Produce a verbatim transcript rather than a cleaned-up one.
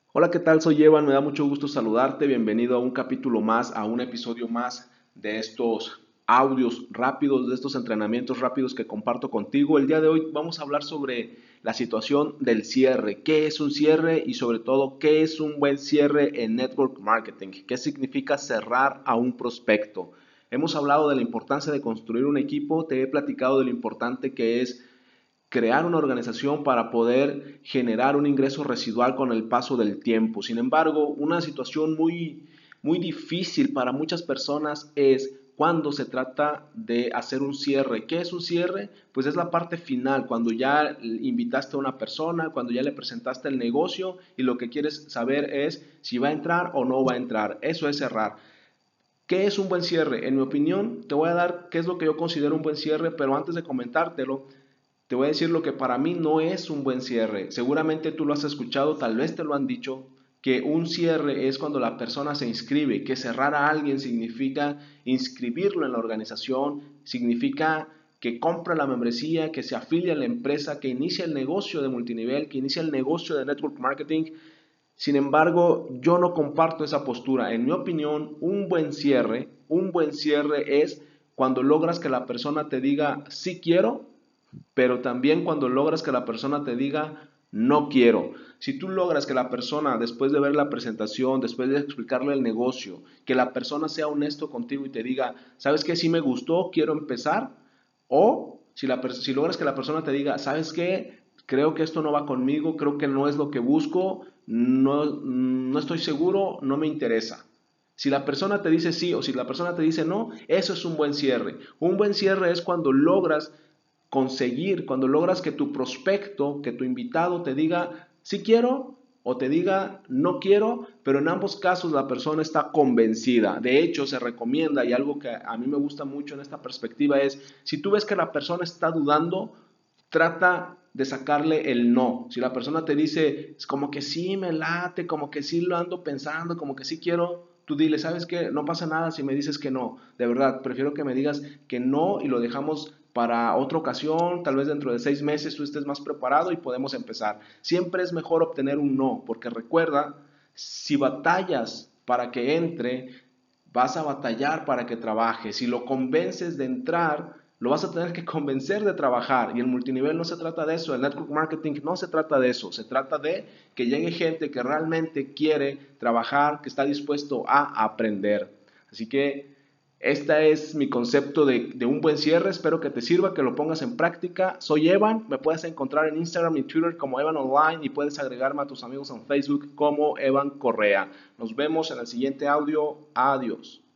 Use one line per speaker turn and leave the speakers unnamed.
Hola, ¿qué tal? Soy Evan, me da mucho gusto saludarte. Bienvenido a un capítulo más, a un episodio más de estos audios rápidos, de estos entrenamientos rápidos que comparto contigo. El día de hoy vamos a hablar sobre la situación del cierre. ¿Qué es un cierre? Y sobre todo, ¿qué es un buen cierre en network marketing? ¿Qué significa cerrar a un prospecto? Hemos hablado de la importancia de construir un equipo, te he platicado de lo importante que es crear una organización para poder generar un ingreso residual con el paso del tiempo. Sin embargo, una situación muy, muy difícil para muchas personas es cuando se trata de hacer un cierre. ¿Qué es un cierre? Pues es la parte final, cuando ya invitaste a una persona, cuando ya le presentaste el negocio y lo que quieres saber es si va a entrar o no va a entrar. Eso es cerrar. ¿Qué es un buen cierre? En mi opinión, te voy a dar qué es lo que yo considero un buen cierre, pero antes de comentártelo, te voy a decir lo que para mí no es un buen cierre. Seguramente tú lo has escuchado, tal vez te lo han dicho, que un cierre es cuando la persona se inscribe, que cerrar a alguien significa inscribirlo en la organización, significa que compra la membresía, que se afilia a la empresa, que inicia el negocio de multinivel, que inicia el negocio de network marketing. Sin embargo, yo no comparto esa postura. En mi opinión, un buen cierre, un buen cierre es cuando logras que la persona te diga sí quiero, pero también cuando logras que la persona te diga no quiero. Si tú logras que la persona, después de ver la presentación, después de explicarle el negocio, que la persona sea honesto contigo y te diga, ¿sabes qué? Sí me gustó, quiero empezar. O si, la, si logras que la persona te diga, ¿sabes qué? Creo que esto no va conmigo, creo que no es lo que busco, no, no estoy seguro, no me interesa. Si la persona te dice sí o si la persona te dice no, eso es un buen cierre. Un buen cierre es cuando logras conseguir, cuando logras que tu prospecto, que tu invitado te diga sí quiero o te diga no quiero, pero en ambos casos la persona está convencida. De hecho, se recomienda, y algo que a mí me gusta mucho en esta perspectiva es, si tú ves que la persona está dudando, trata de sacarle el no. Si la persona te dice, es como que sí me late, como que sí lo ando pensando, como que sí quiero, tú dile, ¿sabes qué? No pasa nada si me dices que no. De verdad, prefiero que me digas que no y lo dejamos para otra ocasión, tal vez dentro de seis meses tú estés más preparado y podemos empezar. Siempre es mejor obtener un no, porque recuerda, si batallas para que entre, vas a batallar para que trabaje. Si lo convences de entrar, lo vas a tener que convencer de trabajar. Y el multinivel no se trata de eso, el network marketing no se trata de eso, se trata de que llegue gente que realmente quiere trabajar, que está dispuesto a aprender. Así que este es mi concepto de, de, un buen cierre. Espero que te sirva, que lo pongas en práctica. Soy Evan, me puedes encontrar en Instagram y Twitter como Evan Online y puedes agregarme a tus amigos en Facebook como Evan Correa. Nos vemos en el siguiente audio. Adiós.